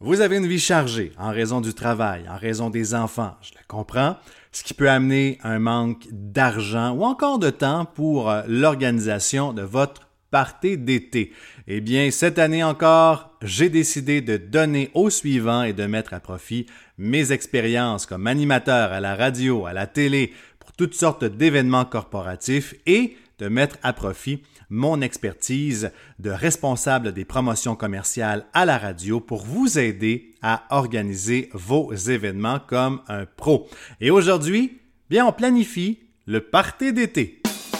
Vous avez une vie chargée en raison du travail, en raison des enfants, je le comprends, ce qui peut amener un manque d'argent ou encore de temps pour l'organisation de votre party d'été. Eh bien, cette année encore, j'ai décidé de donner au suivant et de mettre à profit mes expériences comme animateur à la radio, à la télé, pour toutes sortes d'événements corporatifs et de mettre à profit mon expertise de responsable des promotions commerciales à la radio pour vous aider à organiser vos événements comme un pro. Et aujourd'hui, bien, on planifie le party d'été.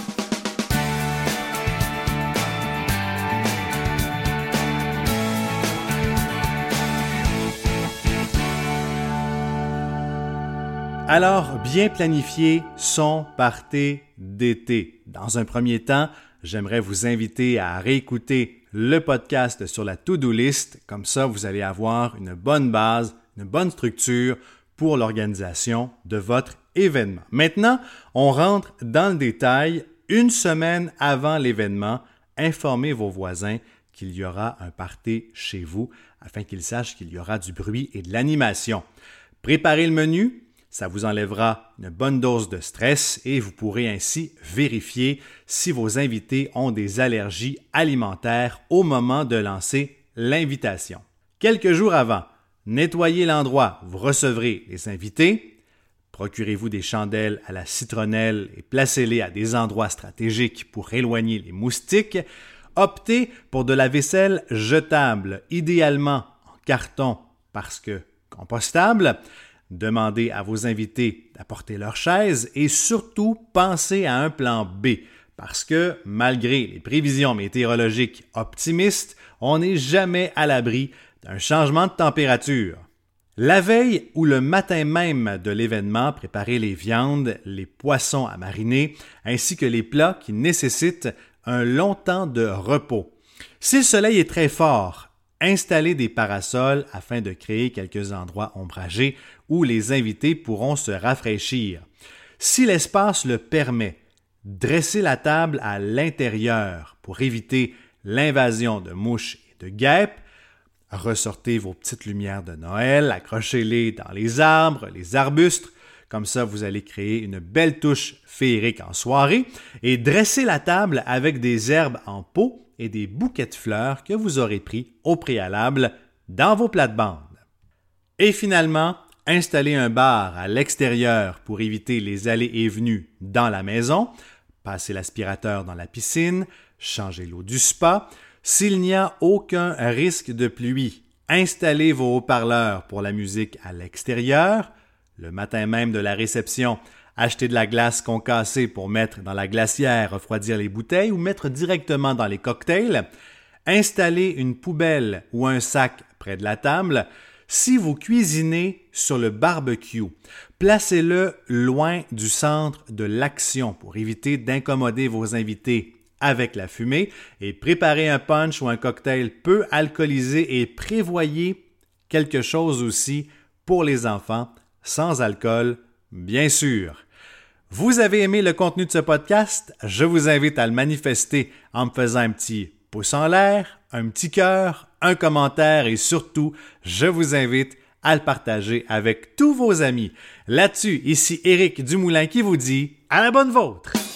Alors, bien planifier son party d'été. Dans un premier temps, j'aimerais vous inviter à réécouter le podcast sur la to-do list. Comme ça, vous allez avoir une bonne base, une bonne structure pour l'organisation de votre événement. Maintenant, on rentre dans le détail. Une semaine avant l'événement, informez vos voisins qu'il y aura un party chez vous afin qu'ils sachent qu'il y aura du bruit et de l'animation. Préparez le menu. Ça vous enlèvera une bonne dose de stress et vous pourrez ainsi vérifier si vos invités ont des allergies alimentaires au moment de lancer l'invitation. Quelques jours avant, nettoyez l'endroit où vous recevrez les invités. Procurez-vous des chandelles à la citronnelle et placez-les à des endroits stratégiques pour éloigner les moustiques. Optez pour de la vaisselle jetable, idéalement en carton parce que compostable. Demandez à vos invités d'apporter leurs chaises et surtout pensez à un plan B parce que malgré les prévisions météorologiques optimistes, on n'est jamais à l'abri d'un changement de température. La veille ou le matin même de l'événement, préparez les viandes, les poissons à mariner ainsi que les plats qui nécessitent un long temps de repos. Si le soleil est très fort, installez des parasols afin de créer quelques endroits ombragés où les invités pourront se rafraîchir. Si l'espace le permet, dressez la table à l'intérieur pour éviter l'invasion de mouches et de guêpes. Ressortez vos petites lumières de Noël, accrochez-les dans les arbres, les arbustes. Comme ça, vous allez créer une belle touche féerique en soirée et dressez la table avec des herbes en pot et des bouquets de fleurs que vous aurez pris au préalable dans vos plates-bandes. Et finalement, installez un bar à l'extérieur pour éviter les allées et venues dans la maison, passez l'aspirateur dans la piscine, changez l'eau du spa. S'il n'y a aucun risque de pluie, installez vos haut-parleurs pour la musique à l'extérieur. Le matin même de la réception, achetez de la glace concassée pour mettre dans la glacière, refroidir les bouteilles ou mettre directement dans les cocktails. Installez une poubelle ou un sac près de la table. Si vous cuisinez sur le barbecue, placez-le loin du centre de l'action pour éviter d'incommoder vos invités avec la fumée et préparez un punch ou un cocktail peu alcoolisé et prévoyez quelque chose aussi pour les enfants sans alcool, bien sûr. Vous avez aimé le contenu de ce podcast? Je vous invite à le manifester en me faisant un petit pouce en l'air, un petit cœur, un commentaire et surtout, je vous invite à le partager avec tous vos amis. Là-dessus, ici Éric Dumoulin qui vous dit à la bonne vôtre!